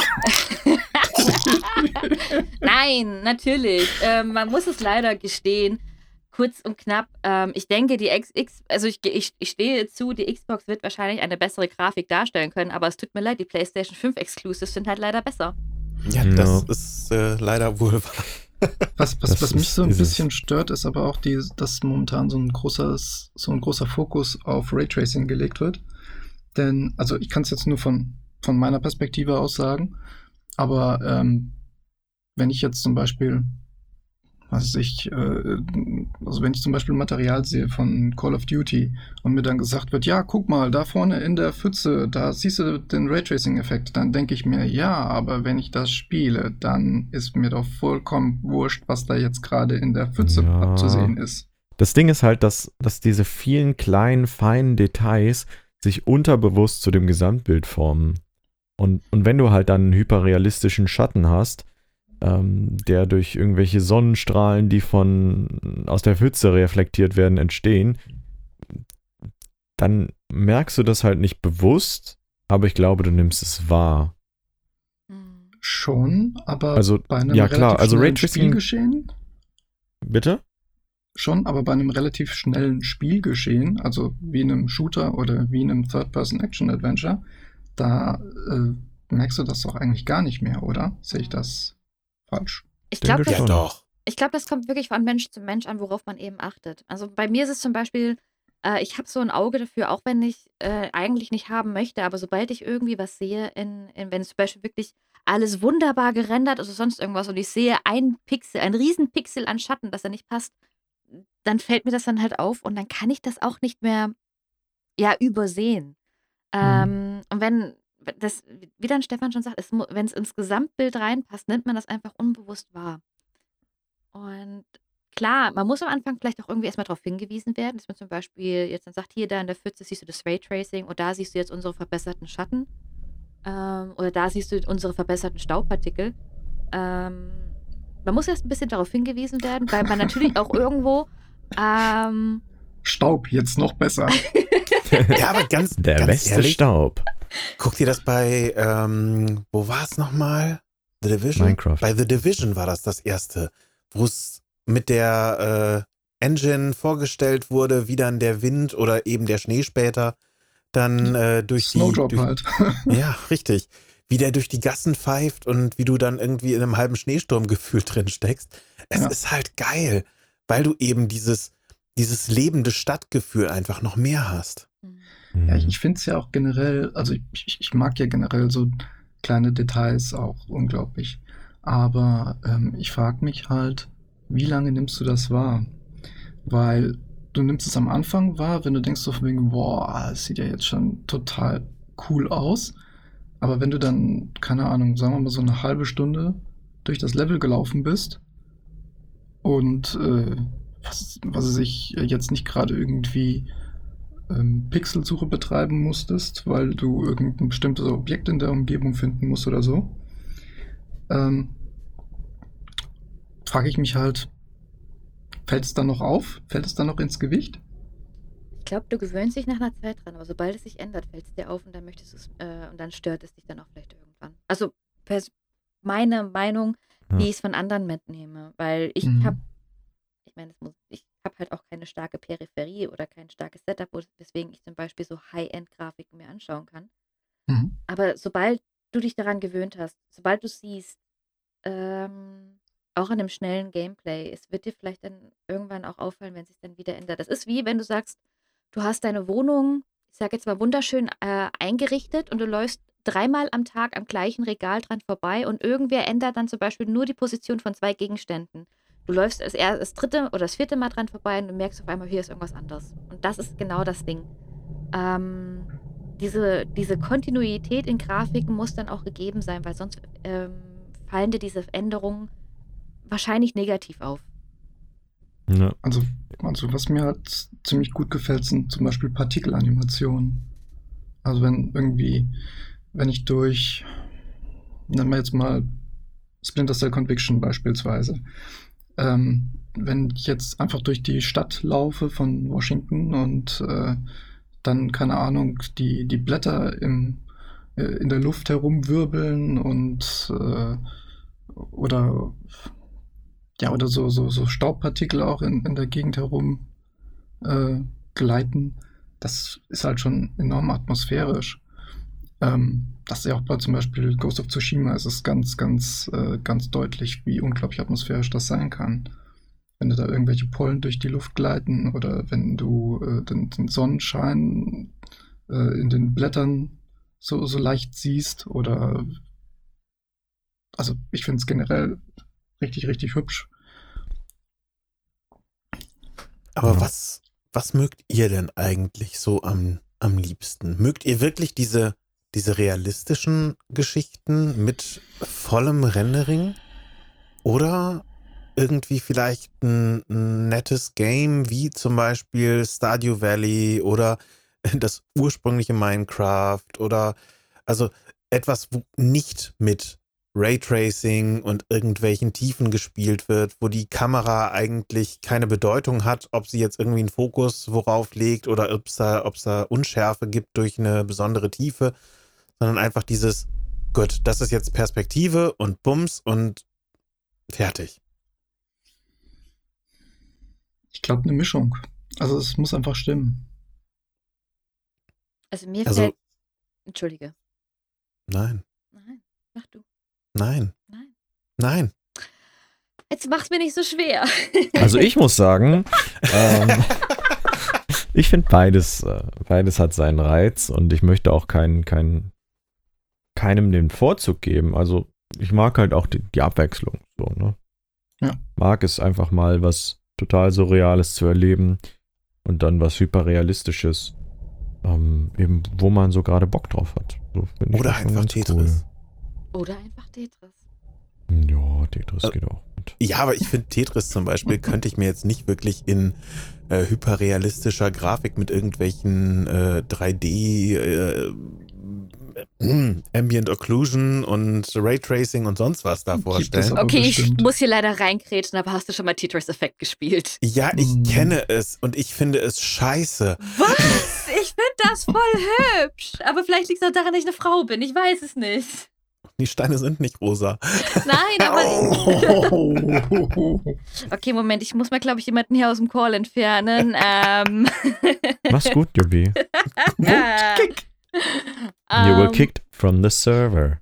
Nein, natürlich. Man muss es leider gestehen. Kurz und knapp. Ich denke, ich stehe zu, die Xbox wird wahrscheinlich eine bessere Grafik darstellen können, aber es tut mir leid, die PlayStation 5 Exclusives sind halt leider besser. Ja, das ist leider wohl wahr. Was mich so ein bisschen stört, ist aber auch, dass momentan so ein großer Fokus auf Raytracing gelegt wird. Denn, also ich kann es jetzt nur von meiner Perspektive aus sagen, aber wenn ich jetzt zum Beispiel, wenn ich zum Beispiel Material sehe von Call of Duty und mir dann gesagt wird, ja, guck mal, da vorne in der Pfütze, da siehst du den Raytracing-Effekt, dann denke ich mir, ja, aber wenn ich das spiele, dann ist mir doch vollkommen wurscht, was da jetzt gerade in der Pfütze abzusehen ist. Das Ding ist halt, dass diese vielen kleinen, feinen Details sich unterbewusst zu dem Gesamtbild formen. Und wenn du halt dann einen hyperrealistischen Schatten hast, der durch irgendwelche Sonnenstrahlen, die aus der Pfütze reflektiert werden, entstehen, dann merkst du das halt nicht bewusst, aber ich glaube, du nimmst es wahr. Schon, aber also, bei einem ja, klar. Also Raytracing Spielgeschehen? Bitte? Schon, aber bei einem relativ schnellen Spielgeschehen, also wie einem Shooter oder wie einem Third-Person-Action-Adventure, da merkst du das doch eigentlich gar nicht mehr, oder? Sehe ich das falsch? Ich glaube, doch. Ich glaube, das kommt wirklich von Mensch zu Mensch an, worauf man eben achtet. Also bei mir ist es zum Beispiel, ich habe so ein Auge dafür, auch wenn ich eigentlich nicht haben möchte, aber sobald ich irgendwie was sehe, wenn es zum Beispiel wirklich alles wunderbar gerendert ist oder sonst irgendwas und ich sehe einen riesen Pixel an Schatten, dass er nicht passt, dann fällt mir das dann halt auf und dann kann ich das auch nicht mehr übersehen. Und wenn das, wie dann Stefan schon sagt, wenn es ins Gesamtbild reinpasst, nimmt man das einfach unbewusst wahr. Und klar, man muss am Anfang vielleicht auch irgendwie erstmal darauf hingewiesen werden, dass man zum Beispiel jetzt dann sagt, hier, da in der Pfütze siehst du das Raytracing und da siehst du jetzt unsere verbesserten Schatten oder da siehst du unsere verbesserten Staubpartikel. Man muss erst ein bisschen darauf hingewiesen werden, weil man natürlich auch irgendwo Staub, jetzt noch besser. Ja, aber ganz beste ehrlich, Staub. Guck dir das bei, wo war es nochmal? The Division? Minecraft. Bei The Division war das erste, wo es mit der Engine vorgestellt wurde, wie dann der Wind oder eben der Schnee später dann durch Snowdrop die... halt. Ja, richtig. Wie der durch die Gassen pfeift und wie du dann irgendwie in einem halben Schneesturmgefühl drin steckst. Es ist halt geil, weil du eben dieses lebende Stadtgefühl einfach noch mehr hast. Ja, ich finde es ja auch generell, also ich mag ja generell so kleine Details auch unglaublich. Aber ich frage mich halt, wie lange nimmst du das wahr? Weil du nimmst es am Anfang wahr, wenn du denkst so von wegen, boah, es sieht ja jetzt schon total cool aus. Aber wenn du dann, keine Ahnung, sagen wir mal so eine halbe Stunde durch das Level gelaufen bist und was weiß ich, jetzt nicht gerade irgendwie Pixelsuche betreiben musstest, weil du irgendein bestimmtes Objekt in der Umgebung finden musst oder so, frage ich mich halt, fällt es dann noch auf? Fällt es dann noch ins Gewicht? Ich glaube, du gewöhnst dich nach einer Zeit dran, aber sobald es sich ändert, fällt es dir auf und dann möchtest du es und dann stört es dich dann auch vielleicht irgendwann. Also meine Meinung, wie ich es von anderen mitnehme, weil ich habe halt auch keine starke Peripherie oder kein starkes Setup, weswegen ich zum Beispiel so High-End-Grafiken mir anschauen kann. Aber sobald du dich daran gewöhnt hast, sobald du siehst, auch an dem schnellen Gameplay, es wird dir vielleicht dann irgendwann auch auffallen, wenn es sich dann wieder ändert. Das ist wie, wenn du sagst, du hast deine Wohnung, ich sage jetzt mal wunderschön eingerichtet und du läufst 3-mal am Tag am gleichen Regal dran vorbei und irgendwer ändert dann zum Beispiel nur die Position von 2 Gegenständen. Du läufst das 3. oder das 4. Mal dran vorbei und du merkst auf einmal, hier ist irgendwas anderes. Und das ist genau das Ding. Diese Kontinuität in Grafiken muss dann auch gegeben sein, weil sonst fallen dir diese Änderungen wahrscheinlich negativ auf. Ja. Also was mir halt ziemlich gut gefällt, sind zum Beispiel Partikelanimationen. Also wenn ich nennen wir jetzt mal Splinter Cell Conviction beispielsweise, wenn ich jetzt einfach durch die Stadt laufe von Washington und dann, keine Ahnung, die Blätter in der Luft herumwirbeln und oder so Staubpartikel auch in der Gegend herum gleiten, das ist halt schon enorm atmosphärisch. Das ist ja auch bei zum Beispiel Ghost of Tsushima, es ist ganz deutlich, wie unglaublich atmosphärisch das sein kann. Wenn da irgendwelche Pollen durch die Luft gleiten oder wenn du den Sonnenschein in den Blättern so leicht siehst oder also ich finde es generell richtig, richtig hübsch. Aber Ja. was mögt ihr denn eigentlich so am liebsten? Mögt ihr wirklich diese realistischen Geschichten mit vollem Rendering? Oder irgendwie vielleicht ein nettes Game, wie zum Beispiel Stardew Valley oder das ursprüngliche Minecraft oder also etwas, wo nicht mit Raytracing und irgendwelchen Tiefen gespielt wird, wo die Kamera eigentlich keine Bedeutung hat, ob sie jetzt irgendwie einen Fokus worauf legt oder ob es da Unschärfe gibt durch eine besondere Tiefe, sondern einfach dieses, gut, das ist jetzt Perspektive und Bums und fertig. Ich glaube, eine Mischung. Also es muss einfach stimmen. Also mir Also, fällt. Entschuldige. nein, Nein, mach du. nein, Nein. nein. Jetzt mach's mir nicht so schwer. Also ich muss sagen, ich finde beides hat seinen Reiz und ich möchte auch keinem den Vorzug geben. Also ich mag halt auch die Abwechslung. So, ne? Ja. Mag es einfach mal was total Surreales zu erleben und dann was Hyperrealistisches, eben wo man so gerade Bock drauf hat. So, find ich Oder das schon einfach ganz Tetris. Oder einfach Tetris. Cool. Ja, Tetris geht auch mit. Ja, aber ich finde Tetris zum Beispiel könnte ich mir jetzt nicht wirklich in hyperrealistischer Grafik mit irgendwelchen 3D Ambient Occlusion und Raytracing und sonst was da Gibt es vorstellen. aber Okay, ich bestimmt. muss hier leider reinkrätschen, aber hast du schon mal Tetris-Effekt gespielt? Ja, ich Hm. kenne es und ich finde es scheiße. Was? Ich finde das voll hübsch. Aber vielleicht liegt es auch daran, dass ich eine Frau bin. Ich weiß es nicht. Die Steine sind nicht rosa. Nein, aber. Oh. Okay, Moment, ich muss mal, glaube ich, jemanden hier aus dem Call entfernen. Mach's gut, Jubi. Kick. You were kicked from the server.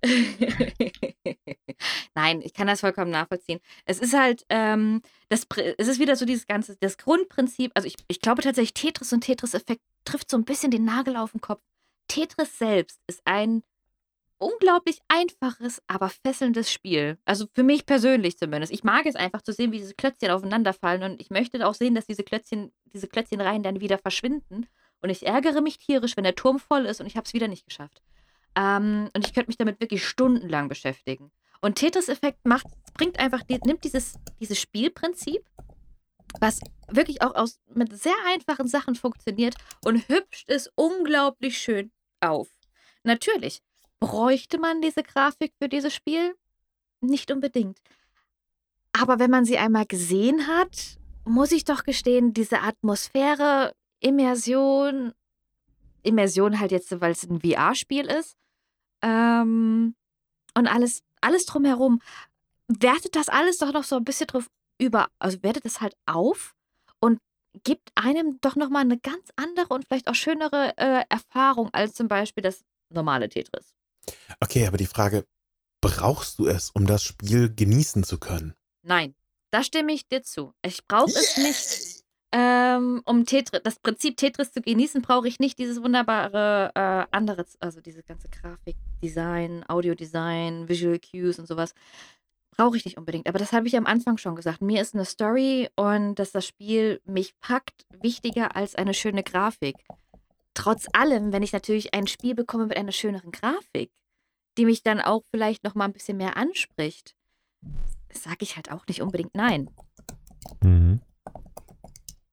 Nein, ich kann das vollkommen nachvollziehen. Es ist halt, es ist wieder so das Grundprinzip, also ich glaube tatsächlich, Tetris und Tetris-Effekt trifft so ein bisschen den Nagel auf den Kopf. Tetris selbst ist ein unglaublich einfaches, aber fesselndes Spiel. Also für mich persönlich zumindest. Ich mag es einfach zu sehen, wie diese Klötzchen aufeinanderfallen und ich möchte auch sehen, dass diese Klötzchenreihen dann wieder verschwinden. Und ich ärgere mich tierisch, wenn der Turm voll ist und ich habe es wieder nicht geschafft. Und ich könnte mich damit wirklich stundenlang beschäftigen. Und Tetris-Effekt nimmt dieses Spielprinzip, was wirklich auch mit sehr einfachen Sachen funktioniert und hübscht es unglaublich schön auf. Natürlich, bräuchte man diese Grafik für dieses Spiel? Nicht unbedingt. Aber wenn man sie einmal gesehen hat, muss ich doch gestehen, diese Atmosphäre, Immersion halt jetzt, weil es ein VR-Spiel ist, und alles drumherum, wertet das alles doch noch so ein bisschen wertet das halt auf und gibt einem doch nochmal eine ganz andere und vielleicht auch schönere Erfahrung als zum Beispiel das normale Tetris. Okay, aber die Frage, brauchst du es, um das Spiel genießen zu können? Nein, da stimme ich dir zu. Ich brauche es nicht. Um das Prinzip Tetris zu genießen, brauche ich nicht dieses wunderbare andere, also diese ganze Grafik, Design, Audiodesign, Visual Cues und sowas. Brauche ich nicht unbedingt. Aber das habe ich am Anfang schon gesagt. Mir ist eine Story und dass das Spiel mich packt, wichtiger als eine schöne Grafik. Trotz allem, wenn ich natürlich ein Spiel bekomme mit einer schöneren Grafik, die mich dann auch vielleicht noch mal ein bisschen mehr anspricht, sage ich halt auch nicht unbedingt nein. Mhm.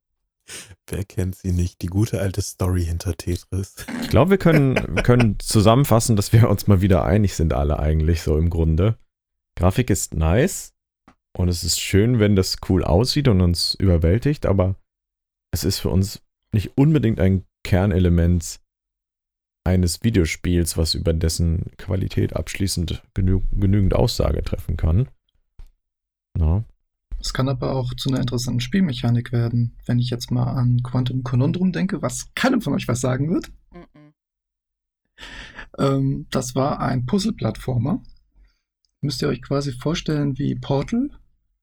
Wer kennt sie nicht? Die gute alte Story hinter Tetris. Ich glaube, wir können zusammenfassen, dass wir uns mal wieder einig sind, alle eigentlich so im Grunde. Grafik ist nice und es ist schön, wenn das cool aussieht und uns überwältigt, aber es ist für uns nicht unbedingt ein Kernelement eines Videospiels, was über dessen Qualität abschließend genügend Aussage treffen kann. Na? Es kann aber auch zu einer interessanten Spielmechanik werden. Wenn ich jetzt mal an Quantum Conundrum denke, was keinem von euch was sagen wird. Das war ein Puzzle-Plattformer. Müsst ihr euch quasi vorstellen wie Portal.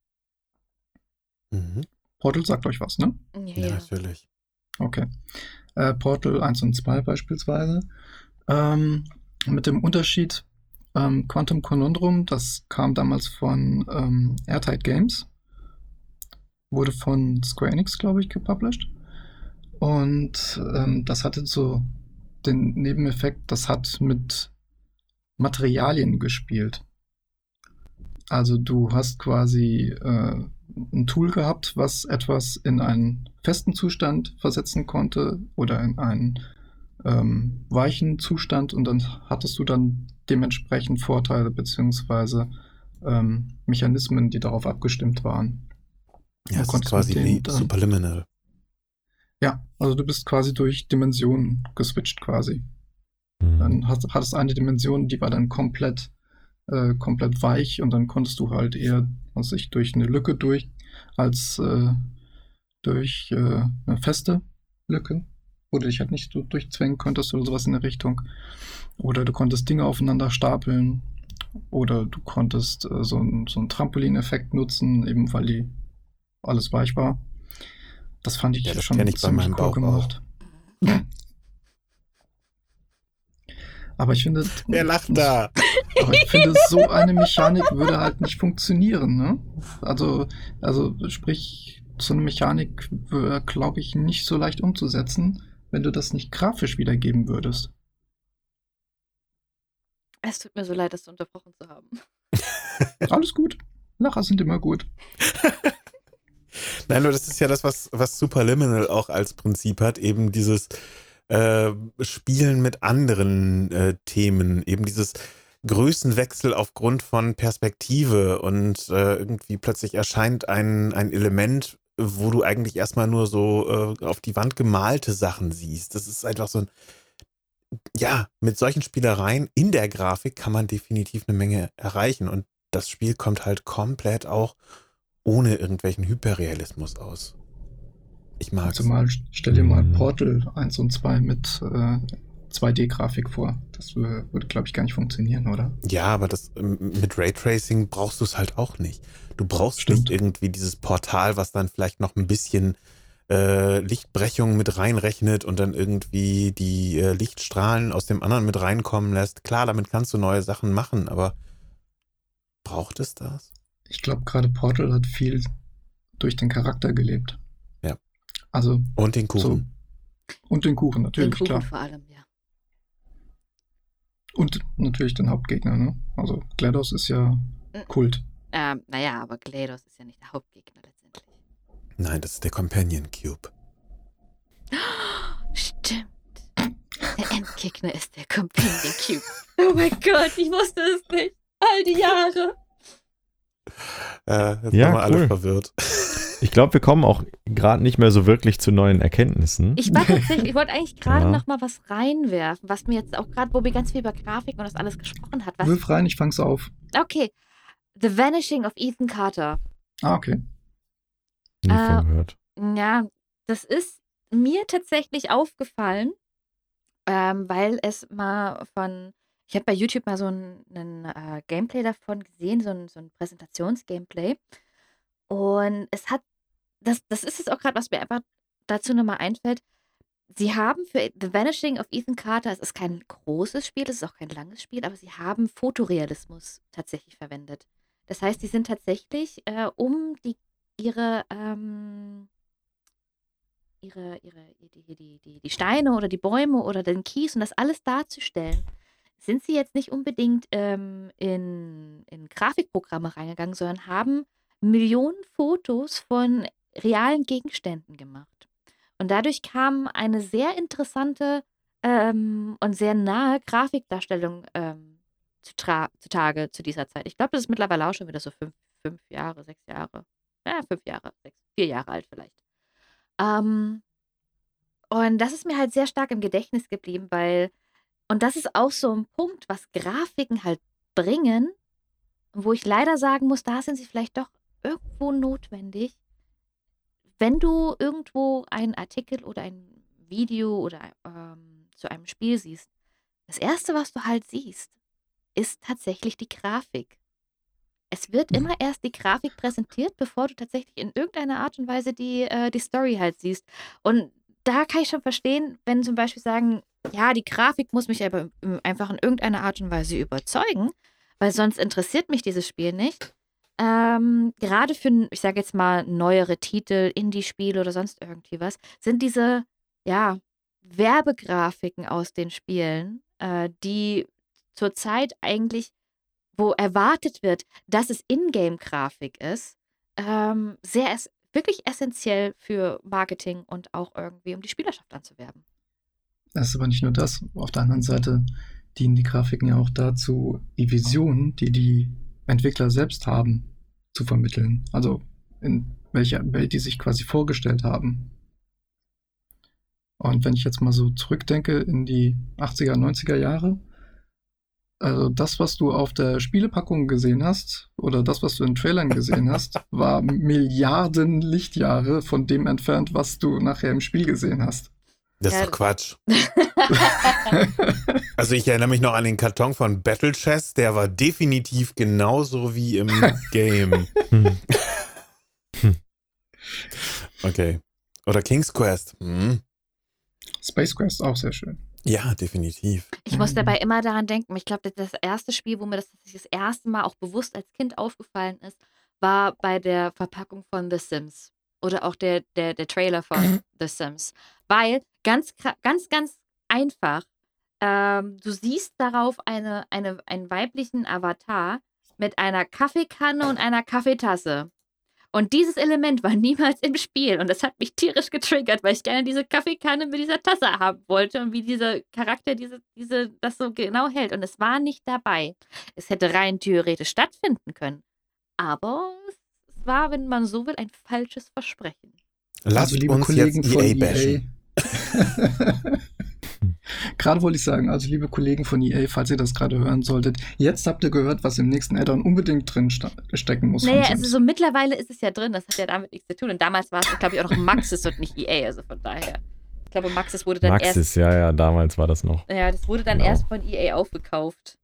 Mhm. Portal sagt euch was, ne? Ja, natürlich. Okay. Portal 1 und 2 beispielsweise. Mit dem Unterschied, Quantum Conundrum, das kam damals von Airtight Games. Wurde von Square Enix, glaube ich, gepublished. Und das hatte so den Nebeneffekt, das hat mit Materialien gespielt. Also du hast quasi ein Tool gehabt, was etwas in einen festen Zustand versetzen konnte oder in einen weichen Zustand und dann hattest du dann dementsprechend Vorteile beziehungsweise Mechanismen, die darauf abgestimmt waren. Ja, Du es ist konntest quasi mit wie denen dann- Superliminal. Ja, also du bist quasi durch Dimensionen geswitcht quasi. Mhm. Dann hattest eine Dimension, die war dann komplett weich und dann konntest du halt eher durch eine Lücke durch als durch eine feste Lücke, wo du dich halt nicht so durchzwängen konntest oder sowas in der Richtung. Oder du konntest Dinge aufeinander stapeln oder du konntest so einen Trampolineffekt nutzen, eben weil alles weich war. Das fand ich Ja, das schon kenn ich bei ziemlich meinem Bauch gemacht. Aber ich finde, Wer lacht da? aber ich finde, so eine Mechanik würde halt nicht funktionieren, ne? Also sprich, so eine Mechanik wäre, glaube ich, nicht so leicht umzusetzen, wenn du das nicht grafisch wiedergeben würdest. Es tut mir so leid, das unterbrochen zu haben. Alles gut. Lacher sind immer gut. Nein, nur das ist ja das, was Superliminal auch als Prinzip hat, eben dieses Spielen mit anderen Themen, eben dieses Größenwechsel aufgrund von Perspektive und irgendwie plötzlich erscheint ein Element, wo du eigentlich erstmal nur so auf die Wand gemalte Sachen siehst. Das ist einfach so ein, ja, mit solchen Spielereien in der Grafik kann man definitiv eine Menge erreichen und das Spiel kommt halt komplett auch ohne irgendwelchen Hyperrealismus aus. Ich mag's. Also stell dir mal Mhm. Portal 1 und 2 mit 2D-Grafik vor. Das würde, glaube ich, gar nicht funktionieren, oder? Ja, aber das mit Raytracing brauchst du es halt auch nicht. Du brauchst Stimmt. nicht irgendwie dieses Portal, was dann vielleicht noch ein bisschen Lichtbrechung mit reinrechnet und dann irgendwie die Lichtstrahlen aus dem anderen mit reinkommen lässt. Klar, damit kannst du neue Sachen machen, aber braucht es das? Ich glaube, gerade Portal hat viel durch den Charakter gelebt. Ja. Also Und den Kuchen. und den Kuchen Den natürlich, Kuchen klar. vor allem, ja. Und natürlich den Hauptgegner, ne? Also GLaDOS ist ja Kult. Naja, aber GLaDOS ist ja nicht der Hauptgegner letztendlich. Nein, das ist der Companion Cube. Stimmt. Der Endgegner ist der Companion Cube. Oh mein Gott, ich wusste es nicht. All die Jahre. Jetzt Ja, sind wir alle cool. verwirrt. Ich glaube, wir kommen auch gerade nicht mehr so wirklich zu neuen Erkenntnissen. Ich wollte eigentlich gerade Ja. noch mal was reinwerfen, was mir jetzt auch gerade, wo wir ganz viel über Grafik und das alles gesprochen hat. Wirf rein, ich fang's auf. Okay. The Vanishing of Ethan Carter. Ah, okay. Nie von gehört. Ja, das ist mir tatsächlich aufgefallen, weil es mal ich habe bei YouTube mal so einen Gameplay davon gesehen, so ein Präsentationsgameplay. Und es hat, das ist jetzt auch gerade, was mir einfach dazu nochmal einfällt. Sie haben für The Vanishing of Ethan Carter, es ist kein großes Spiel, es ist auch kein langes Spiel, aber sie haben Fotorealismus tatsächlich verwendet. Das heißt, sie sind tatsächlich, um ihre Steine oder die Bäume oder den Kies und das alles darzustellen, sind sie jetzt nicht unbedingt in Grafikprogramme reingegangen, sondern haben Millionen Fotos von realen Gegenständen gemacht. Und dadurch kam eine sehr interessante und sehr nahe Grafikdarstellung zutage zu dieser Zeit. Ich glaube, das ist mittlerweile auch schon wieder so 5 Jahre, 6 Jahre. Ja, 5 Jahre, 4 Jahre alt vielleicht. Ähm, und das ist mir halt sehr stark im Gedächtnis geblieben, und das ist auch so ein Punkt, was Grafiken halt bringen, wo ich leider sagen muss, da sind sie vielleicht doch irgendwo notwendig. Wenn du irgendwo einen Artikel oder ein Video oder zu einem Spiel siehst, das Erste, was du halt siehst, ist tatsächlich die Grafik. Es wird immer erst die Grafik präsentiert, bevor du tatsächlich in irgendeiner Art und Weise die Story halt siehst. Und da kann ich schon verstehen, wenn zum Beispiel sagen, ja, die Grafik muss mich aber einfach in irgendeiner Art und Weise überzeugen, weil sonst interessiert mich dieses Spiel nicht. Gerade für, ich sage jetzt mal, neuere Titel, Indie-Spiele oder sonst irgendwie was, sind diese, ja, Werbegrafiken aus den Spielen, die zurzeit eigentlich, wo erwartet wird, dass es Ingame-Grafik ist, wirklich essentiell für Marketing und auch irgendwie, um die Spielerschaft anzuwerben. Das ist aber nicht nur das. Auf der anderen Seite dienen die Grafiken ja auch dazu, die Vision, die die Entwickler selbst haben, zu vermitteln. Also in welcher Welt die sich quasi vorgestellt haben. Und wenn ich jetzt mal so zurückdenke in die 80er, 90er Jahre, also das, was du auf der Spielepackung gesehen hast oder das, was du in Trailern gesehen hast, war Milliarden Lichtjahre von dem entfernt, was du nachher im Spiel gesehen hast. Das ist doch Quatsch. Also ich erinnere mich noch an den Karton von Battle Chess, der war definitiv genauso wie im Game. Okay. Oder King's Quest. Space Quest auch sehr schön. Ja, definitiv. Ich muss dabei immer daran denken, ich glaube, das erste Spiel, wo mir das erste Mal auch bewusst als Kind aufgefallen ist, war bei der Verpackung von The Sims. Oder auch der Trailer von The Sims. Weil, ganz einfach, du siehst darauf einen weiblichen Avatar mit einer Kaffeekanne und einer Kaffeetasse. Und dieses Element war niemals im Spiel. Und das hat mich tierisch getriggert, weil ich gerne diese Kaffeekanne mit dieser Tasse haben wollte und wie dieser Charakter das so genau hält. Und es war nicht dabei. Es hätte rein theoretisch stattfinden können. Aber es war, wenn man so will, ein falsches Versprechen. Lasst liebe uns Kollegen jetzt von EA bashen. Gerade wollte ich sagen, also liebe Kollegen von EA, falls ihr das gerade hören solltet, jetzt habt ihr gehört, was im nächsten Add-on unbedingt drin stecken muss. Naja, also so mittlerweile ist es ja drin, das hat ja damit nichts zu tun. Und damals war es, glaube ich, auch noch Maxis und nicht EA, also von daher. Ich glaube, Maxis wurde dann Maxis, ja, damals war das noch. Ja, das wurde dann erst von EA aufgekauft.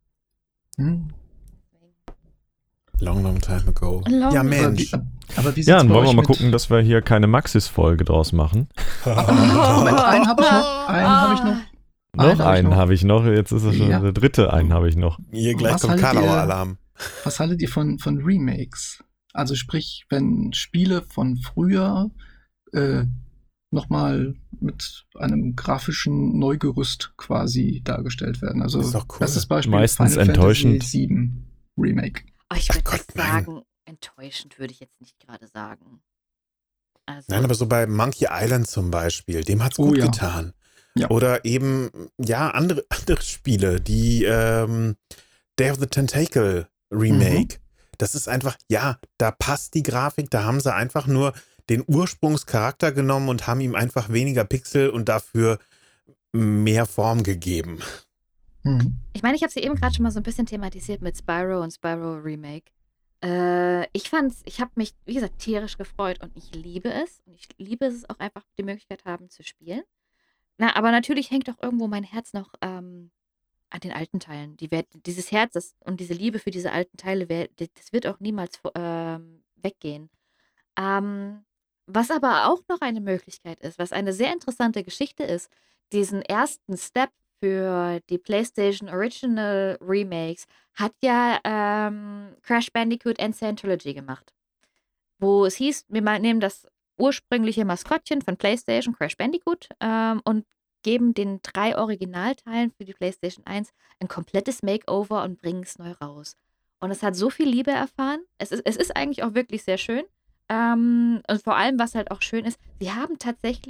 Long time ago. Ja, Mensch. Aber wie Ja, dann bei wollen wir euch mal mit- gucken, dass wir hier keine Maxis-Folge draus machen. Moment, einen habe ich noch. Noch einen habe ich noch. Jetzt ist es schon Ja. der dritte, einen habe ich noch. Hier gleich Was kommt haltet Karlauer ihr- Alarm. Was haltet ihr von Remakes? Also sprich, wenn Spiele von früher nochmal mit einem grafischen Neugerüst quasi dargestellt werden. Also Ist doch cool. bestes Beispiel Meistens Final enttäuschend. Fantasy VII Remake. Oh, ich Ach würde Gott, jetzt nein. sagen, enttäuschend würde ich jetzt nicht gerade sagen. Also, Nein, aber so bei Monkey Island zum Beispiel, dem hat's Oh gut ja. getan. Ja. Oder eben, ja, andere Spiele, die Day of the Tentacle Remake. Das ist einfach, ja, da passt die Grafik, da haben sie einfach nur den Ursprungscharakter genommen und haben ihm einfach weniger Pixel und dafür mehr Form gegeben. ich meine, ich habe es ja eben gerade schon mal so ein bisschen thematisiert mit Spyro und Spyro Remake. Ich habe mich, wie gesagt, tierisch gefreut und ich liebe es. Und ich liebe es auch einfach, die Möglichkeit haben zu spielen. Na, aber natürlich hängt auch irgendwo mein Herz noch an den alten Teilen. Dieses Herz und diese Liebe für diese alten Teile, das wird auch niemals weggehen. Was aber auch noch eine Möglichkeit ist, was eine sehr interessante Geschichte ist, diesen ersten Step für die PlayStation Original Remakes hat ja Crash Bandicoot Insane Trilogy gemacht. Wo es hieß, wir nehmen das ursprüngliche Maskottchen von PlayStation, Crash Bandicoot, und geben den 3 Originalteilen für die PlayStation 1 ein komplettes Makeover und bringen es neu raus. Und es hat so viel Liebe erfahren. Es ist eigentlich auch wirklich sehr schön. Und vor allem, was halt auch schön ist, sie haben tatsächlich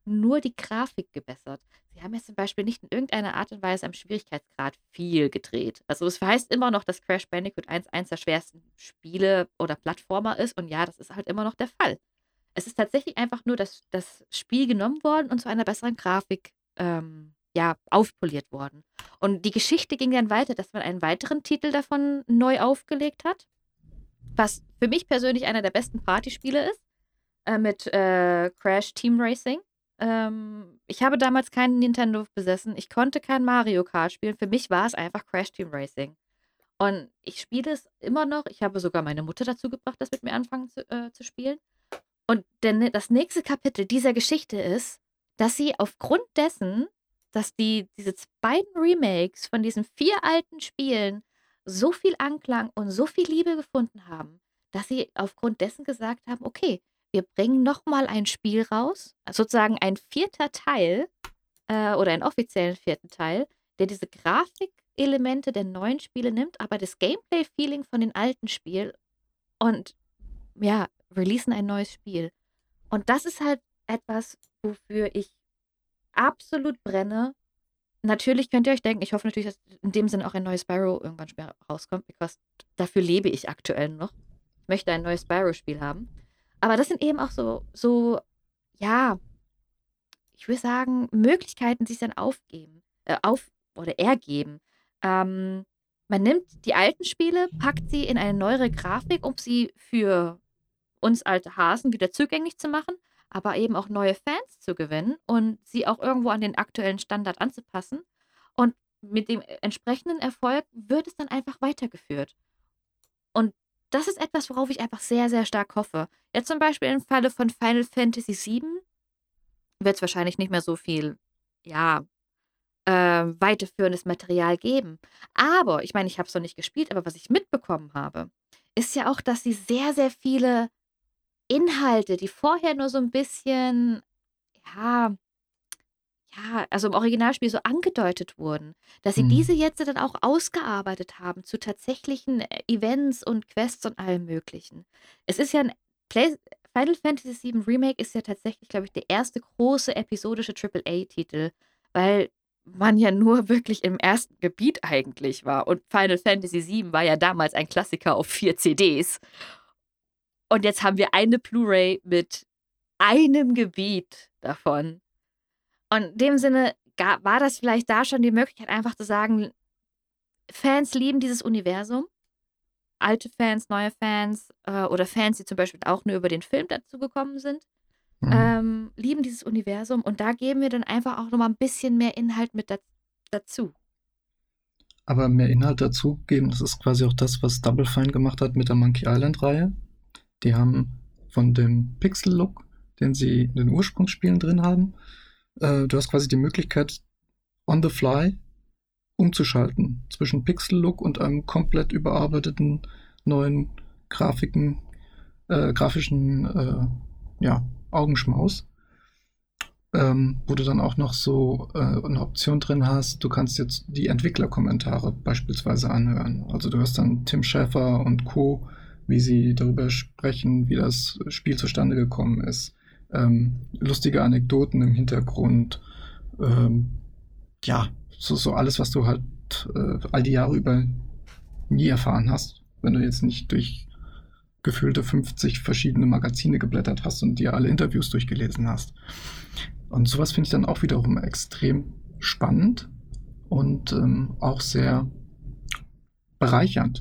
nur die Grafik gebessert. Sie haben jetzt zum Beispiel nicht in irgendeiner Art und Weise am Schwierigkeitsgrad viel gedreht. Also es heißt immer noch, dass Crash Bandicoot 1 eins der schwersten Spiele oder Plattformer ist. Und ja, das ist halt immer noch der Fall. Es ist tatsächlich einfach nur das Spiel genommen worden und zu einer besseren Grafik aufpoliert worden. Und die Geschichte ging dann weiter, dass man einen weiteren Titel davon neu aufgelegt hat, was für mich persönlich einer der besten Partyspiele ist, mit Crash Team Racing. Ich habe damals keinen Nintendo besessen. Ich konnte kein Mario Kart spielen. Für mich war es einfach Crash Team Racing. Und ich spiele es immer noch. Ich habe sogar meine Mutter dazu gebracht, das mit mir anfangen zu spielen. Und das nächste Kapitel dieser Geschichte ist, dass sie aufgrund dessen, dass diese beiden Remakes von diesen 4 alten Spielen so viel Anklang und so viel Liebe gefunden haben, dass sie aufgrund dessen gesagt haben, okay, wir bringen nochmal ein Spiel raus, sozusagen ein 4. Teil oder einen offiziellen 4. Teil, der diese Grafikelemente der neuen Spiele nimmt, aber das Gameplay-Feeling von den alten Spielen und ja, releasen ein neues Spiel. Und das ist halt etwas, wofür ich absolut brenne. Natürlich könnt ihr euch denken, ich hoffe natürlich, dass in dem Sinne auch ein neues Spyro irgendwann später rauskommt, because dafür lebe ich aktuell noch. Ich möchte ein neues Spyro-Spiel haben. Aber das sind eben auch so, ja, ich würde sagen, Möglichkeiten, die sich dann ergeben. Man nimmt die alten Spiele, packt sie in eine neuere Grafik, um sie für uns alte Hasen wieder zugänglich zu machen, aber eben auch neue Fans zu gewinnen und sie auch irgendwo an den aktuellen Standard anzupassen. Und mit dem entsprechenden Erfolg wird es dann einfach weitergeführt. Und das ist etwas, worauf ich einfach sehr, sehr stark hoffe. Jetzt zum Beispiel im Falle von Final Fantasy VII wird es wahrscheinlich nicht mehr so viel, weiterführendes Material geben. Aber, ich meine, ich habe es noch nicht gespielt, aber was ich mitbekommen habe, ist ja auch, dass sie sehr, sehr viele Inhalte, die vorher nur so ein bisschen, also im Originalspiel so angedeutet wurden, dass sie diese jetzt dann auch ausgearbeitet haben zu tatsächlichen Events und Quests und allem Möglichen. Es ist ja Final Fantasy VII Remake ist ja tatsächlich, glaube ich, der erste große episodische AAA-Titel, weil man ja nur wirklich im ersten Gebiet eigentlich war. Und Final Fantasy VII war ja damals ein Klassiker auf 4 CDs. Und jetzt haben wir eine Blu-ray mit einem Gebiet davon. Und in dem Sinne war das vielleicht da schon die Möglichkeit, einfach zu sagen, Fans lieben dieses Universum. Alte Fans, neue Fans oder Fans, die zum Beispiel auch nur über den Film dazu gekommen sind, lieben dieses Universum. Und da geben wir dann einfach auch nochmal ein bisschen mehr Inhalt mit dazu. Aber mehr Inhalt dazu geben, das ist quasi auch das, was Double Fine gemacht hat mit der Monkey Island-Reihe. Die haben von dem Pixel-Look, den sie in den Ursprungsspielen drin haben, du hast quasi die Möglichkeit, on the fly umzuschalten zwischen Pixel-Look und einem komplett überarbeiteten neuen grafischen Augenschmaus, wo du dann auch noch so eine Option drin hast, du kannst jetzt die Entwicklerkommentare beispielsweise anhören. Also du hörst dann Tim Schafer und Co., wie sie darüber sprechen, wie das Spiel zustande gekommen ist. Lustige Anekdoten im Hintergrund. So alles, was du halt all die Jahre über nie erfahren hast, wenn du jetzt nicht durch gefühlte 50 verschiedene Magazine geblättert hast und dir alle Interviews durchgelesen hast. Und sowas finde ich dann auch wiederum extrem spannend und auch sehr bereichernd.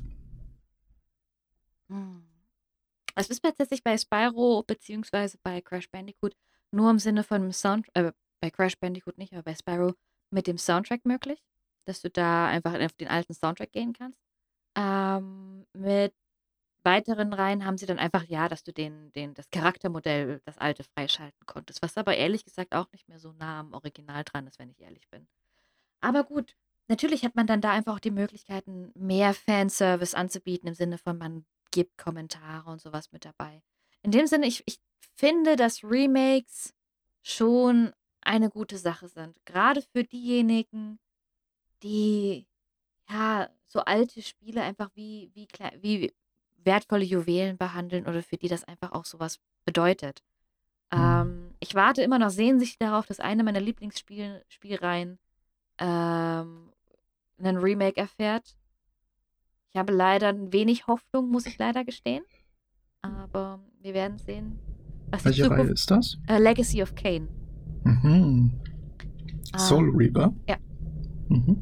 Es ist tatsächlich bei Spyro beziehungsweise bei Crash Bandicoot nur im Sinne von bei Crash Bandicoot nicht, aber bei Spyro mit dem Soundtrack möglich, dass du da einfach auf den alten Soundtrack gehen kannst. Mit weiteren Reihen haben sie dann einfach, dass du das Charaktermodell, das alte, freischalten konntest, was aber ehrlich gesagt auch nicht mehr so nah am Original dran ist, wenn ich ehrlich bin. Aber gut, natürlich hat man dann da einfach auch die Möglichkeiten, mehr Fanservice anzubieten, im Sinne von, man gibt Kommentare und sowas mit dabei. In dem Sinne, ich finde, dass Remakes schon eine gute Sache sind. Gerade für diejenigen, die so alte Spiele einfach wie wertvolle Juwelen behandeln oder für die das einfach auch sowas bedeutet. Ich warte immer noch sehnsüchtig darauf, dass eine meiner Lieblingsspielreihen einen Remake erfährt. Ich habe leider wenig Hoffnung, muss ich leider gestehen. Aber wir werden sehen, was die Welche Reihe Zukunft... ist das? Legacy of Kain. Mhm. Soul Reaper? Ja. Mhm.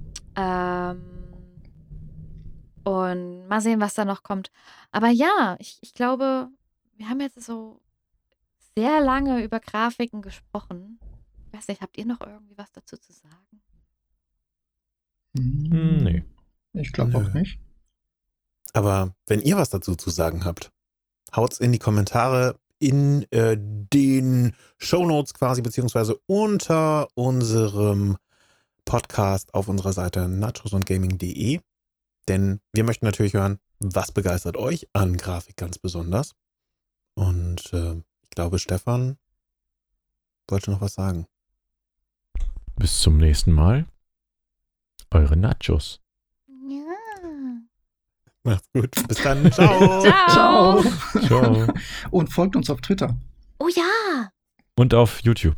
Und mal sehen, was da noch kommt. Aber ja, ich glaube, wir haben jetzt so sehr lange über Grafiken gesprochen. Ich weiß nicht, habt ihr noch irgendwie was dazu zu sagen? Nee. Ich glaube auch Nö. nicht. Aber wenn ihr was dazu zu sagen habt, haut's in die Kommentare in den Shownotes quasi, beziehungsweise unter unserem Podcast auf unserer Seite nachosundgaming.de. Denn wir möchten natürlich hören, was begeistert euch an Grafik ganz besonders. Und ich glaube, Stefan wollte noch was sagen. Bis zum nächsten Mal. Eure Nachos. Ja. Macht's gut. Bis dann. Ciao. Ciao. Ciao. Ciao. Und folgt uns auf Twitter. Oh ja. Und auf YouTube.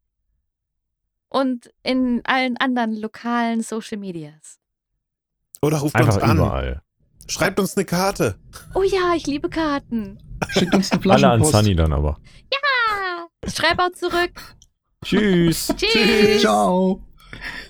Und in allen anderen lokalen Social Medias. Oder ruft Einfach uns an. überall. Schreibt uns eine Karte. Oh ja, ich liebe Karten. Schickt uns eine Alle an Flaschenpost. Sunny dann aber. Ah, ich schreibe auch zurück. Tschüss. Tschüss. Ciao.